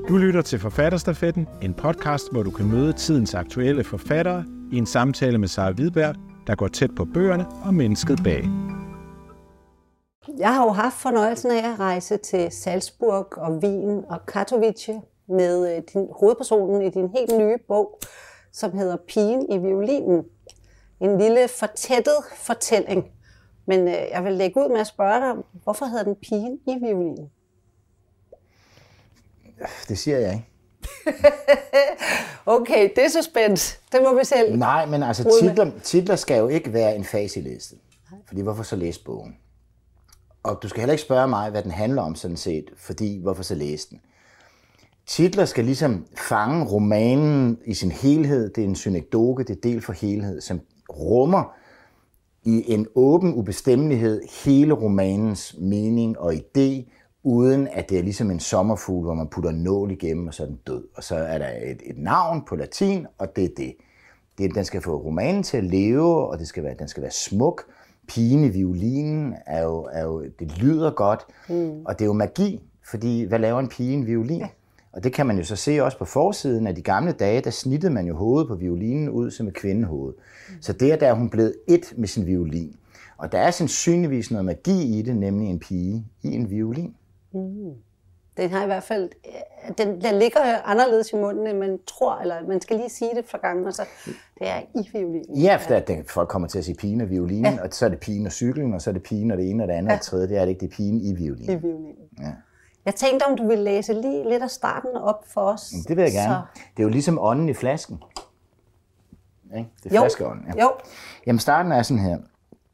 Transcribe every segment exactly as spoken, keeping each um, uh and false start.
Du lytter til Forfatterstafetten, en podcast, hvor du kan møde tidens aktuelle forfattere i en samtale med Sara Hvidberg, der går tæt på bøgerne og mennesket bag. Jeg har jo haft fornøjelsen af at rejse til Salzburg og Wien og Katowice med din, hovedpersonen i din helt nye bog, som hedder Pigen i violinen. En lille fortættet fortælling. Men jeg vil lægge ud med at spørge dig, hvorfor hedder den Pigen i violinen? Det siger jeg ikke. Okay, det er suspense. Det må vi selv. Nej, men altså titler, titler skal jo ikke være en facitliste. Fordi hvorfor så læse bogen? Og du skal heller ikke spørge mig, hvad den handler om sådan set, fordi hvorfor så læse den? Titler skal ligesom fange romanen i sin helhed. Det er en synekdoke, det er del for helhed, som rummer i en åben ubestemmelighed hele romanens mening og idé, uden at det er ligesom en sommerfugl, hvor man putter en nål igennem, og så er den død. Og så er der et, et navn på latin, og det er det. det. Den skal få romanen til at leve, og det skal være, den skal være smuk. Pigen i violinen er jo, er jo, det lyder godt, mm. og det er jo magi, fordi hvad laver en pige i en violin? Ja. Og det kan man jo så se også på forsiden af de gamle dage, der snittede man jo hovedet på violinen ud som et kvindehoved. Mm. Så der, der er hun blevet et med sin violin. Og der er sandsynligvis noget magi i det, nemlig en pige i en violin. Mm. Den har i hvert fald, den, den ligger anderledes i munden, end man tror, eller man skal lige sige det for gange, og så det er i violinen. Ja, for ja. folk kommer til at sige pigen og violinen, ja. Og så er det pigen og cyklen, og så er det pigen og det ene og det andet, ja. Og det tredje, det er det ikke, det er pigen i violinen. I violinen. Ja. Jeg tænkte, om du ville læse lige lidt af starten op for os. Det vil jeg gerne. Så... Det er jo ligesom ånden i flasken. Ja, det er flaskeånden. Ja. Jo. Jamen starten er sådan her.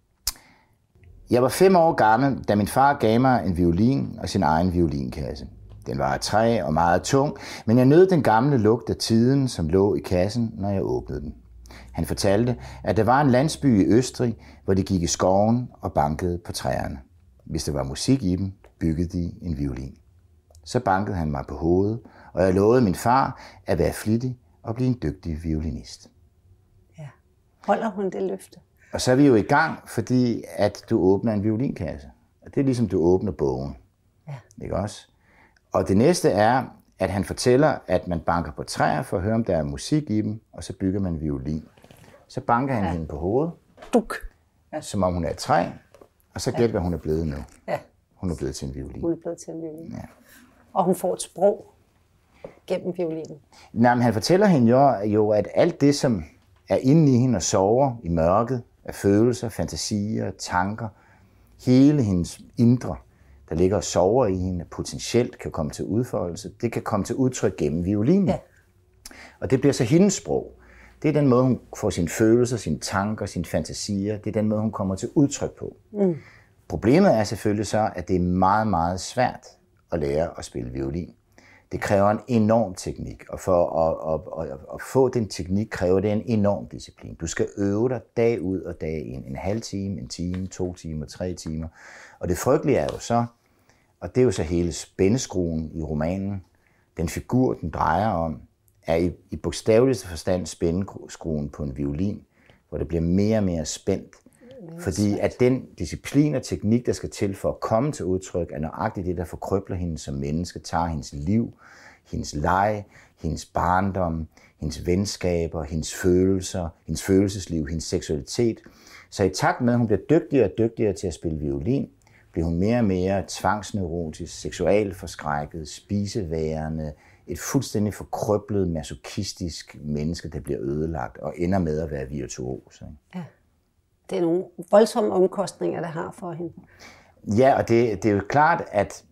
Jeg var fem år gammel, da min far gav mig en violin og sin egen violinkasse. Den var af træ og meget tung, men jeg nød den gamle lugt af tiden, som lå i kassen, når jeg åbnede den. Han fortalte, at der var en landsby i Østrig, hvor de gik i skoven og bankede på træerne. Hvis der var musik i dem, byggede de en violin. Så bankede han mig på hovedet, og jeg lovede min far at være flittig og blive en dygtig violinist. Ja. Holder hun det løfte? Og så er vi jo i gang, fordi at du åbner en violinkasse. Og det er ligesom, du åbner bogen. Ja. Ikke også? Og det næste er, at han fortæller, at man banker på træer for at høre, om der er musik i dem, og så bygger man en violin. Så banker han ja. hende på hovedet, Duk. Ja. Som om hun er et træ, og så gæt, ja. hvad hun er blevet nu. Ja. Hun er blevet til en violin. Hun er blevet til en violin. Ja. Og hun får et sprog gennem violinen. Nej, men han fortæller hende jo, jo, at alt det, som er inde i hende og sover i mørket, af følelser, fantasier, tanker, hele hendes indre, der ligger og sover i hende, potentielt kan komme til udfoldelse. Det kan komme til udtryk gennem violinen. Ja. Og det bliver så hendes sprog. Det er den måde, hun får sine følelser, sine tanker, sine fantasier. Det er den måde, hun kommer til udtryk på. Mm. Problemet er selvfølgelig så, at det er meget, meget svært at lære at spille violin. Det kræver en enorm teknik, og for at, at, at, at få den teknik kræver det en enorm disciplin. Du skal øve dig dag ud og dag ind. En halv time, en time, to timer, tre timer. Og det frygtelige er jo så, og det er jo så hele spændeskruen i romanen, den figur, den drejer om, er i, i bogstaveligste forstand spændeskruen på en violin, hvor det bliver mere og mere spændt. Fordi at den disciplin og teknik, der skal til for at komme til udtryk, er nøjagtigt det, der forkrøbler hende som menneske, tager hendes liv, hendes leg, hendes barndom, hendes venskaber, hendes følelser, hendes følelsesliv, hendes seksualitet. Så i takt med, at hun bliver dygtigere og dygtigere til at spille violin, bliver hun mere og mere tvangsneurotisk, seksualforskrækket, spiseværende, et fuldstændig forkrøblet, masochistisk menneske, der bliver ødelagt og ender med at være virtuos. Ja. Det er nogle voldsomme omkostninger, der har for hende. Ja, og det, det er jo klart, at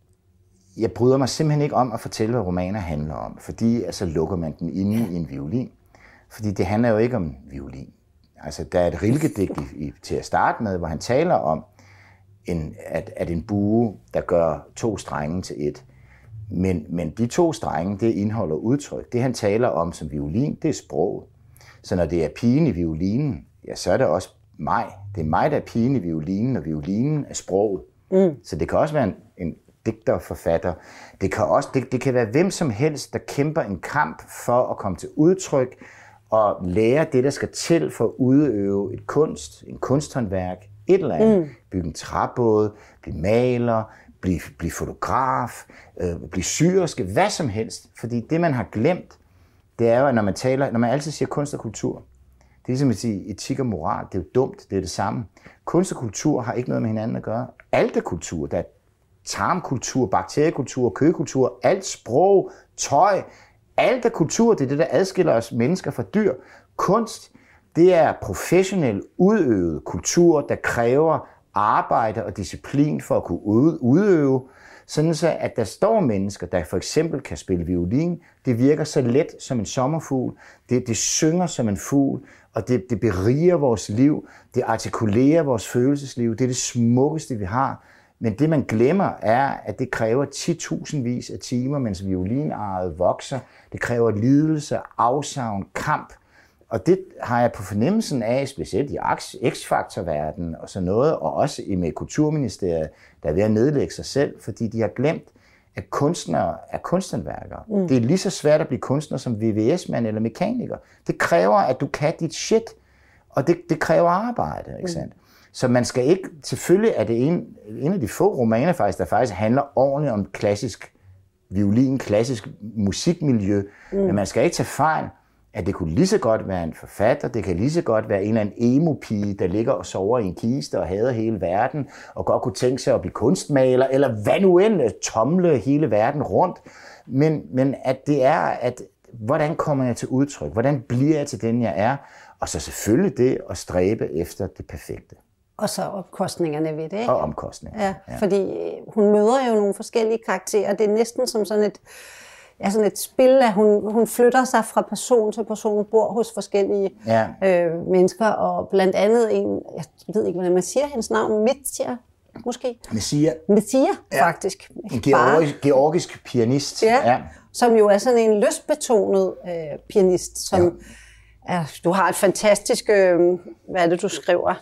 jeg bryder mig simpelthen ikke om at fortælle, hvad romaner handler om, fordi altså, lukker man den inde ja. i en violin. Fordi det handler jo ikke om violin. Altså, der er et Rilke-digt i, til at starte med, hvor han taler om, en, at, at en bue, der gør to strenge til et. Men, men de to strenge, det indeholder udtryk. Det, han taler om som violin, det er sproget. Så når det er pigen i violinen, ja, så er det også mig. Det er mig, der er pigen i violinen, og violinen er sproget. Mm. Så det kan også være en, en digter, forfatter. Det kan, også, det, det kan være hvem som helst, der kæmper en kamp for at komme til udtryk og lære det, der skal til for at udøve et kunst, en kunsthåndværk, et eller andet. Mm. Bygge en træbåd, blive maler, blive, blive fotograf, øh, blive syerske, hvad som helst. Fordi det, man har glemt, det er jo, at når man taler, når man altid siger kunst og kultur, det er ligesom at sige etik og moral, det er jo dumt, det er det samme. Kunst og kultur har ikke noget med hinanden at gøre. Alt er kultur, der er tarmkultur, bakteriekultur, køkultur, alt sprog, tøj, alt er kultur, det er det, der adskiller os mennesker fra dyr. Kunst, det er professionel udøvet kultur, der kræver arbejde og disciplin for at kunne udøve, sådan så at der står mennesker, der for eksempel kan spille violin, det virker så let som en sommerfugl, det, det synger som en fugl, og det, det beriger vores liv, det artikulerer vores følelsesliv, det er det smukkeste, vi har. Men det, man glemmer, er, at det kræver ti tusindvis af timer, mens violinarret vokser. Det kræver lidelse, afsavn, kamp. Og det har jeg på fornemmelsen af, specielt i X-faktor-verdenen og sådan noget, og også i med Kulturministeriet, der er ved at nedlægge sig selv, fordi de har glemt, at kunstnere er kunsthåndværkere. Mm. Det er lige så svært at blive kunstner som V V S-mand eller mekaniker. Det kræver, at du kan dit shit, og det, det kræver arbejde, ikke sandt? Mm. Så man skal ikke, selvfølgelig er det en, en af de få romaner faktisk, der faktisk handler ordentligt om klassisk violin, klassisk musikmiljø, mm. men man skal ikke tage fejl, at det kunne lige så godt være en forfatter, det kan lige så godt være en eller anden emo-pige, der ligger og sover i en kiste og hader hele verden, og godt kunne tænke sig at blive kunstmaler, eller hvad nu end, tomle hele verden rundt. Men, men at det er, at hvordan kommer jeg til udtryk? Hvordan bliver jeg til den, jeg er? Og så selvfølgelig det at stræbe efter det perfekte. Og så omkostningerne ved det, ikke? Og omkostninger. Ja, ja, fordi hun møder jo nogle forskellige karakterer. Det er næsten som sådan et, ja, sådan et spil, at hun, hun flytter sig fra person til person, bor hos forskellige ja. øh, mennesker, og blandt andet en, jeg ved ikke, hvordan man siger hendes navn, Mitya, måske? Messia. Messia, faktisk. En georgisk, georgisk pianist. Ja, ja, som jo er sådan en lystbetonet øh, pianist, som ja. er, du har et fantastisk, øh, hvad er det, du skriver?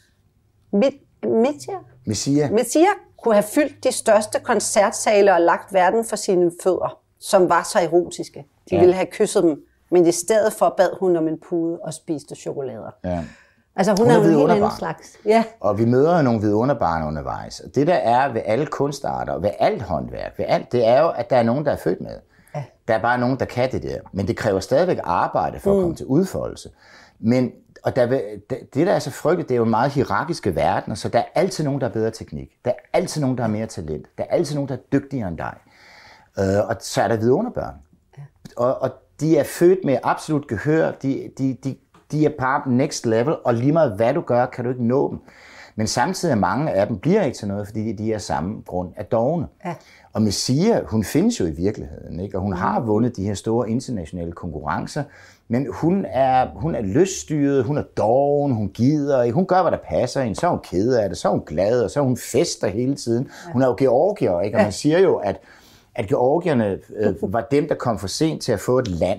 Mitya? Messia. Messia kunne have fyldt de største koncertsale og lagt verden for sine fødder, som var så erotiske. De ja. ville have kysset dem, men i stedet for bad hun om en pude og spiste chokolader. Ja. Altså hun, hun er jo en helt anden slags. Ja. Og vi møder jo nogle vidunderbarn undervejs. Og det der er ved alle kunstarter, ved alt håndværk, ved alt, det er jo, at der er nogen, der er født med. Ja. Der er bare nogen, der kan det der. Men det kræver stadigvæk arbejde for mm. at komme til udfoldelse. Men og der, det, der er så frygteligt, det er jo en meget hierarkiske verden, så der er altid nogen, der har bedre teknik. Der er altid nogen, der har mere talent. Der er altid nogen, der er dygtigere end dig. Uh, og så er der vidunderbørn. Ja. Og, og de er født med absolut gehør. De, de, de, de er bare next level, og lige meget hvad du gør, kan du ikke nå dem. Men samtidig er mange af dem bliver ikke til noget, fordi de er samme grund af dovne. Ja. Og Messia, hun findes jo i virkeligheden, ikke? Og hun har vundet de her store internationale konkurrencer, men hun er, hun er lyststyret, hun er doven, hun gider, hun gør, hvad der passer hende, så er hun ked af det, så er hun glad, og så er hun fester hele tiden. Hun er jo georgier, ikke? Og man siger jo, at, at georgierne øh, var dem, der kom for sent til at få et land.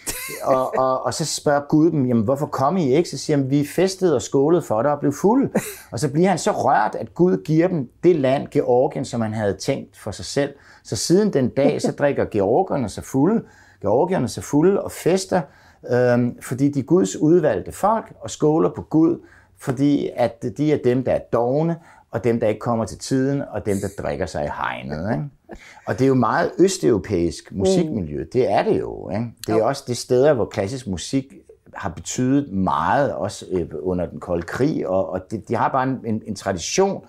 Og, og, og så spørger Gud dem, jamen hvorfor kom I ikke? Så siger han, vi festede og skålede for dig og blev fulde. Og så bliver han så rørt, at Gud giver dem det land, Georgien, som han havde tænkt for sig selv. Så siden den dag, så drikker georgierne sig fulde, georgierne sig fulde og fester, øhm, fordi de er Guds udvalgte folk, og skåler på Gud, fordi at de er dem, der er dovne, og dem, der ikke kommer til tiden, og dem, der drikker sig i hegnet. Ikke? Og det er jo meget østeuropæisk musikmiljø. Det er det jo. Ikke? Det er jo. Også det steder, hvor klassisk musik har betydet meget, også under den kolde krig, og, og de, de har bare en, en tradition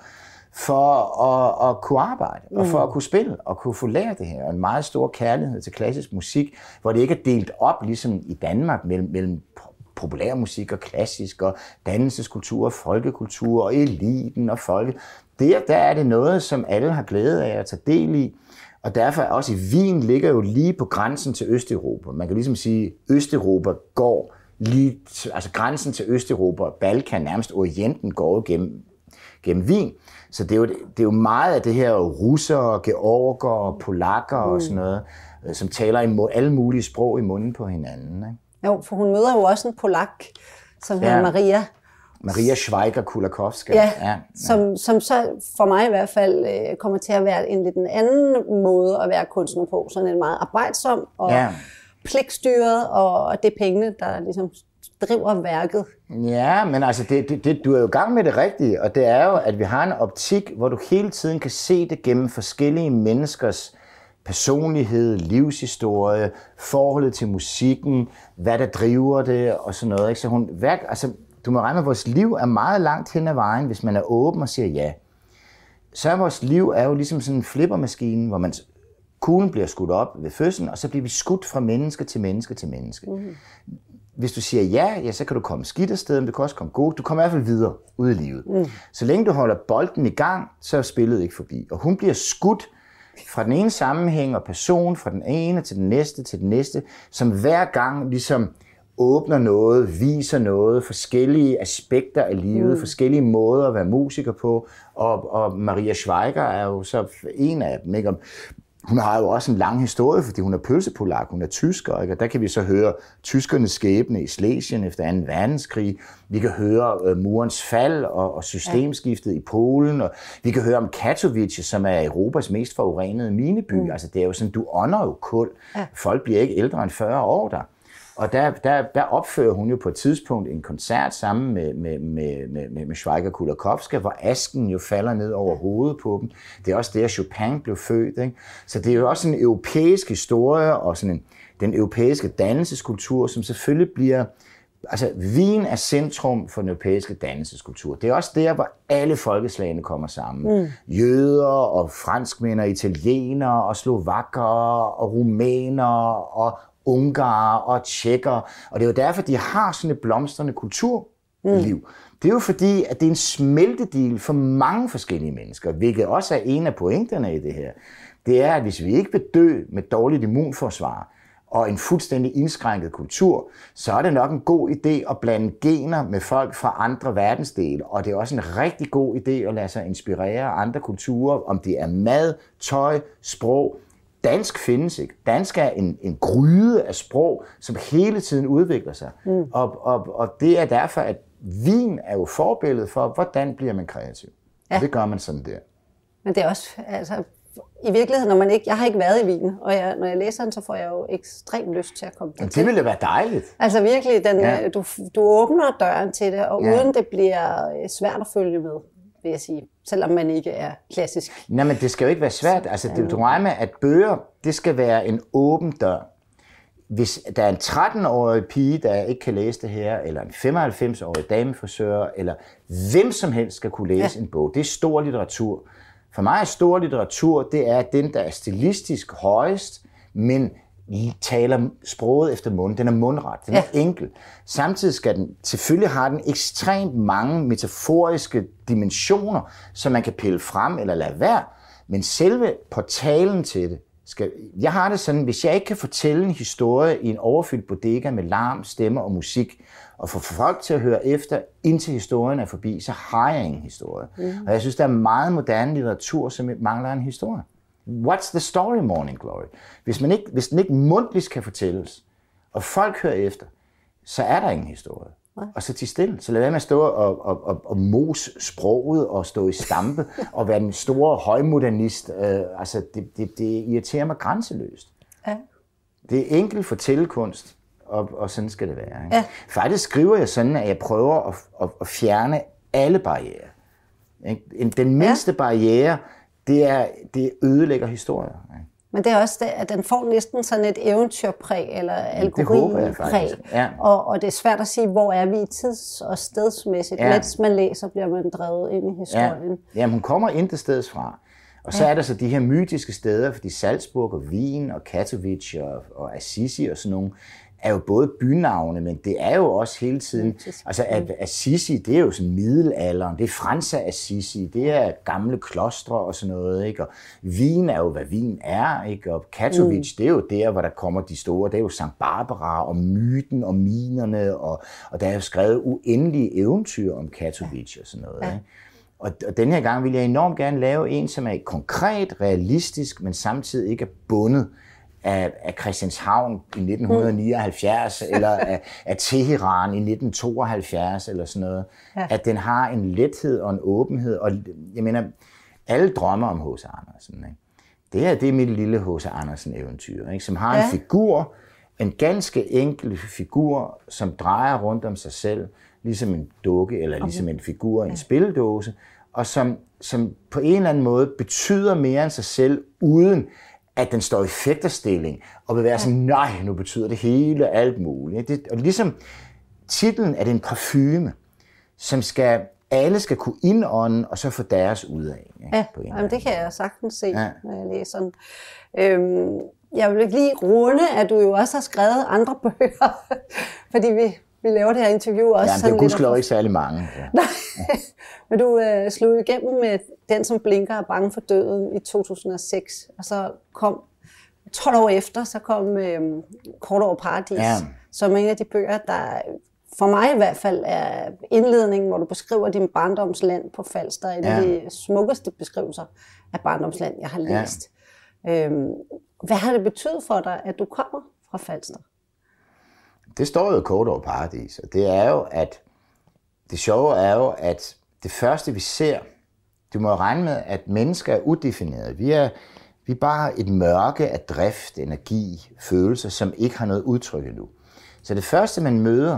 for at, at kunne arbejde, og for at kunne spille, og kunne få lært det her. Og en meget stor kærlighed til klassisk musik, hvor det ikke er delt op, ligesom i Danmark, mellem, mellem populærmusik og klassisk, og dannelseskultur, og folkekultur, og eliten og folke. Der, der er det noget, som alle har glæde af at tage del i. Og derfor også i Wien ligger jo lige på grænsen til Østeuropa. Man kan ligesom sige, at Østeuropa går lige, altså grænsen til Østeuropa, Balkan, nærmest Orienten, går gennem, gennem Wien. Så det er, jo, det er jo meget af det her russere, georgere, polakker og sådan noget, som taler i alle mulige sprog i munden på hinanden. Ikke? Jo, for hun møder jo også en polak, som hedder ja. Maria. Maria Schweiger-Kulakowska. Ja, ja, ja. Som, som så for mig i hvert fald øh, kommer til at være en lidt en anden måde at være kunstner på. Sådan en meget arbejdsom og ja. pligtstyret, og det er pengene, der ligesom driver værket. Ja, men altså, det, det, det, du er jo i gang med det rigtige, og det er jo, at vi har en optik, hvor du hele tiden kan se det gennem forskellige menneskers personlighed, livshistorie, forholdet til musikken, hvad der driver det og sådan noget. Ikke? Så hun, hver, altså, du må regne med, at vores liv er meget langt hen ad vejen, hvis man er åben og siger ja. Så er vores liv er jo ligesom sådan en flippermaskine, hvor man, kuglen bliver skudt op ved fødslen, og så bliver vi skudt fra menneske til menneske til menneske. Mm. Hvis du siger ja, ja, så kan du komme skidt afsted, men du kan også komme god. Du kommer i hvert fald videre ud i livet. Mm. Så længe du holder bolden i gang, så er spillet ikke forbi. Og hun bliver skudt fra den ene sammenhæng og person, fra den ene til den næste til den næste, som hver gang ligesom åbner noget, viser noget, forskellige aspekter af livet, mm. forskellige måder at være musiker på. Og, og Maria Schweiger er jo så en af dem. Ikke? Hun har jo også en lang historie, fordi hun er pølsepolak, hun er tysker, ikke? Og der kan vi så høre tyskernes skæbne i Slesien efter anden verdenskrig. Vi kan høre uh, murens fald og, og systemskiftet ja. i Polen, og vi kan høre om Katowice, som er Europas mest forurenede mineby. Mm. Altså det er jo sådan, du ånder jo kul. Ja. Folk bliver ikke ældre end fyrre år der. Og der, der, der opfører hun jo på et tidspunkt en koncert sammen med, med, med, med, med Schweiger-Kulakowska, hvor asken jo falder ned over hovedet på dem. Det er også der, Chopin blev født. Ikke? Så det er jo også en europæisk historie, og sådan en, den europæiske dannelseskultur, som selvfølgelig bliver... Altså, Wien er centrum for den europæiske dannelseskultur. Det er også der, hvor alle folkeslagene kommer sammen. Mm. Jøder og franskmænd og italienere og slovakker og rumænere og ungarer og tjekker, og det er jo derfor, de har sådan et blomstrende kulturliv. Mm. Det er jo fordi, at det er en smeltedil for mange forskellige mennesker, hvilket også er en af pointerne i det her. Det er, at hvis vi ikke vil dø med dårligt immunforsvar og en fuldstændig indskrænket kultur, så er det nok en god idé at blande gener med folk fra andre verdensdele, og det er også en rigtig god idé at lade sig inspirere af andre kulturer, om det er mad, tøj, sprog. Dansk findes ikke. Dansk er en, en gryde af sprog, som hele tiden udvikler sig. Mm. Og, og, og det er derfor, at Wien er jo forbilledet for, hvordan bliver man kreativ. Ja. Og det gør man sådan der. Men det er også, altså, i virkeligheden, når man ikke, jeg har ikke været i Wien, og jeg, når jeg læser den, så får jeg jo ekstremt lyst til at komme til. Det ville være dejligt. Altså virkelig, den, ja. du, du åbner døren til det, og ja. uden det bliver svært at følge med, vil jeg sige. Selvom man ikke er klassisk. Nej, men det skal jo ikke være svært. Altså, det, du regner med, at bøger, det skal være en åben dør. Hvis der er en tretten-årig pige, der ikke kan læse det her, eller en femoghalvfems-årig damefrisør, eller hvem som helst skal kunne læse ja. en bog, det er stor litteratur. For mig er stor litteratur, det er den, der er stilistisk højest, men taler sproget efter munden. Den er mundret, den er ja. enkel. Samtidig skal den, selvfølgelig har den ekstremt mange metaforiske dimensioner, som man kan pille frem eller lade være, men selve portalen til det, skal, jeg har det sådan, hvis jeg ikke kan fortælle en historie i en overfyldt bodega med larm, stemmer og musik, og få folk til at høre efter, indtil historien er forbi, så har jeg ingen historie. Mm. Og jeg synes, der er meget moderne litteratur, som mangler en historie. What's the story, Morning Glory? Hvis, man ikke, hvis den ikke mundtligt kan fortælles, og folk hører efter, så er der ingen historie. Nej. Og så til stille. Så lad være med at stå og, og, og, og mose sproget og stå i stampe og være den store højmodernist. Øh, altså, det, det, det irriterer mig grænseløst. Ja. Det er enkel fortællekunst, og, og sådan skal det være. Ikke? Ja. Faktisk skriver jeg sådan, at jeg prøver at, at, at fjerne alle barrierer. Ikke? Den mindste ja. barriere, det, er, det ødelægger historier. Ikke? Men det er også det, at den får næsten sådan et eventyrpræg eller algoritmepræg. Ja. Og, og det er svært at sige, hvor er vi i tids- og stedsmæssigt. Ja. Mens man læser, bliver man drevet ind i historien. Ja. Jamen, hun kommer intet steds fra. Og så ja. er der så de her mytiske steder, fordi Salzburg og Wien og Katowice og, og Assisi og sådan nogle, er jo både bynavne, men det er jo også hele tiden, altså at Assisi, det er jo sådan middelalderen, det er Frans af Assisi, det er gamle klostre og sådan noget, ikke? Og Wien er jo, hvad Wien er, ikke? Og Katowice, mm. det er jo der, hvor der kommer de store, det er jo Sankt Barbara og myten og minerne, og, og der er jo skrevet uendelige eventyr om Katowice og sådan noget, ja. ikke? Og, og den her gang vil jeg enormt gerne lave en, som er konkret, realistisk, men samtidig ikke er bundet af, af Christianshavn i nitten nioghalvfjerds, mm. eller af, af Teheran i nitten tooghalvfjerds, eller sådan noget. Ja. At den har en lethed og en åbenhed, og jeg mener, alle drømmer om H C. Andersen. Ikke? Det her, det er mit lille H C. Andersen-eventyr, ikke? Som har ja. en figur, en ganske enkel figur, som drejer rundt om sig selv, ligesom en dukke eller okay. ligesom en figur i en ja. spildåse, og som, som på en eller anden måde betyder mere end sig selv, uden at den står i fægterstilling og vil være sådan, nej, nu betyder det hele alt muligt. Det, og ligesom titlen er det en parfume, som skal, alle skal kunne indånde og så få deres ud af. Ikke? Ja, jamen, det kan jeg sagtens se, ja. når jeg læser den. Øhm, jeg vil lige runde, at du jo også har skrevet andre bøger, fordi vi, vi laver det her interview også. Ja, det er gudskelov ikke særlig mange. Ja. Nej, men du øh, slog igennem med Den, som blinker er bange for døden i to tusind og seks, og så kom tolv år efter, så kom øh, Kort over Paradis, ja. som er en af de bøger, der for mig i hvert fald er indledningen, hvor du beskriver din barndomsland på Falster, en ja. af de smukkeste beskrivelser af barndomsland, jeg har læst. Ja. Øhm, hvad har det betydet for dig, at du kommer fra Falster? Det står jo Kort over Paradis, og det er jo, at det sjove er jo, at det første vi ser, du må regne med, at mennesker er udefinerede. Vi er, vi er bare et mørke af drift, energi, følelser, som ikke har noget udtryk endnu. Så det første, man møder,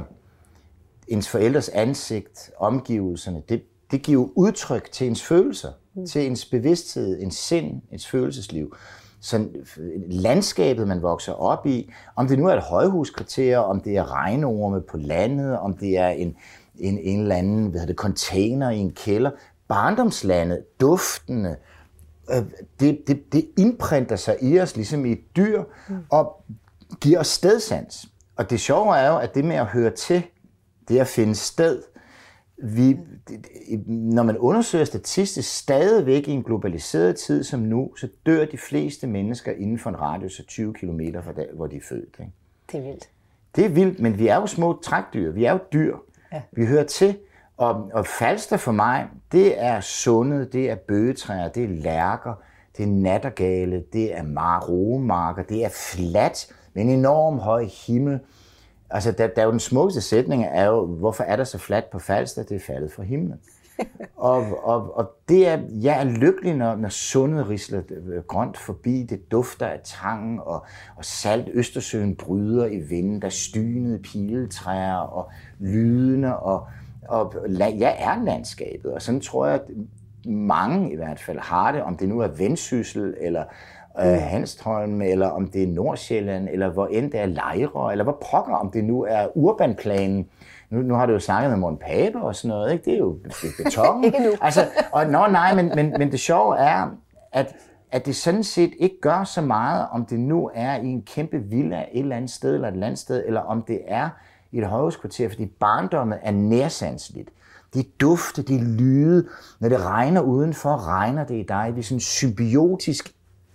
ens forældres ansigt, omgivelserne, det, det giver udtryk til ens følelser, mm. til ens bevidsthed, ens sind, ens følelsesliv. Så landskabet, man vokser op i, om det nu er et højhuskvarter, om det er regnorme på landet, om det er en, en, en eller anden hvad hedder det, container i en kælder, barndomslandet, duftene, øh, det, det, det indprinter sig i os, ligesom i et dyr, mm. og giver os stedsans. Og det sjove er jo, at det med at høre til, det at finde sted, vi, når man undersøger statistisk stadigvæk i en globaliseret tid som nu, så dør de fleste mennesker inden for en radius af tyve kilometer fra der, hvor de er født. Ikke? Det er vildt. Det er vildt, men vi er jo små trækdyr. Vi er jo dyr. Ja. Vi hører til. Og, og Falster for mig, det er sundet, det er bøgetræer, det er lærker, det er nattergale, det er roemarker, det er fladt med en enorm høj himmel. Altså, der, der er jo den smukkeste sætning, er jo, hvorfor er der så fladt på Falster? Det er faldet fra himlen. og, og, og det er, jeg er lykkelig, når, når sundet risler grønt forbi. Det dufter af tang og, og salt. Østersøen bryder i vinden. Der stynede piletræer og lydene. Og, og jeg er landskabet, og sådan tror jeg, at mange i hvert fald har det, om det nu er Vendsyssel eller øh, Hanstholm, eller om det er Nordsjælland, eller hvor end det er Lejre, eller hvor pokker, om det nu er Urbanplanen. Nu, nu har du jo snakket med Morten Pape og sådan noget, ikke? Det er jo beton. Ikke nu. Altså, og nå, nej, men, men, men det sjove er, at, at det sådan set ikke gør så meget, om det nu er i en kæmpe villa et eller andet sted, eller et landsted, eller om det er i et højhuskvarter, fordi barndommen er nærsanseligt. De dufte, de lyde, når det regner udenfor, regner det i dig. Vi er sådan symbiotisk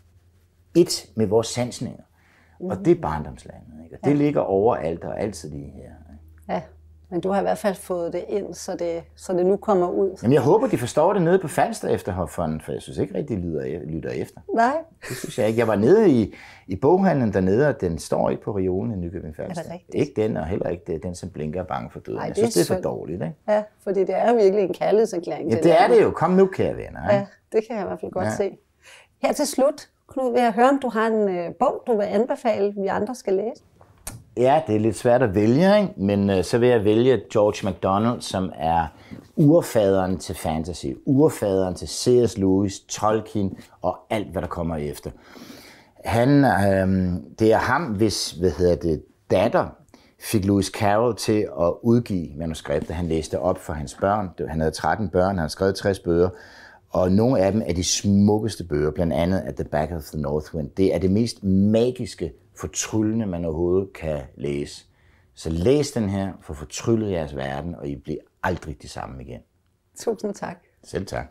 et med vores sansninger. Mm. Og det er barndomslandet, ikke? Og det ja. ligger overalt og altid lige her. Ikke? Ja, men du har i hvert fald fået det ind, så det, så det nu kommer ud. Jamen, jeg håber, de forstår det nede på Falster Efterhoffonden, for jeg synes ikke rigtig, de lytter, lytter efter. Nej. Det synes jeg ikke. Jeg var nede i, i boghandlen dernede, og den står ikke på reolen i Nykøbing Falster. Er det rigtigt? Ikke den, og heller ikke det, den, som blinker er bange for døden. Ej, jeg synes, det er for dårligt, ikke? Ja, fordi det er virkelig en kærlighedserklæring. Ja, det er det jo. Kom nu, kære venner. Ikke? Ja, det kan jeg i hvert fald godt ja. se. Her til slut, Knud, vil jeg høre, om du har en øh, bog, du vil anbefale, vi andre skal læse? Ja, det er lidt svært at vælge, ikke? Men øh, så vil jeg vælge George MacDonald, som er urfaderen til fantasy, urfaderen til C S Lewis, Tolkien og alt, hvad der kommer efter. Han, øh, det er ham, hvis hvad hedder det, datter fik Lewis Carroll til at udgive manuskriptet. Han læste op for hans børn. Han havde tretten børn, han havde skrevet tres bøger. Og nogle af dem er de smukkeste bøger, blandt andet At the Back of the North Wind. Det er det mest magiske, fortryllende, man overhovedet kan læse. Så læs den her, for fortryllet jeres verden, og I bliver aldrig de samme igen. Tusind tak. Selv tak.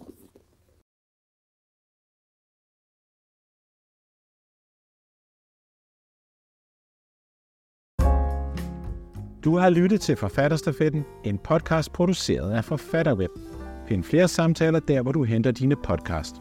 Du har lyttet til Forfatterstafetten, en podcast produceret af Forfatterweb. Find flere samtaler der, hvor du henter dine podcast.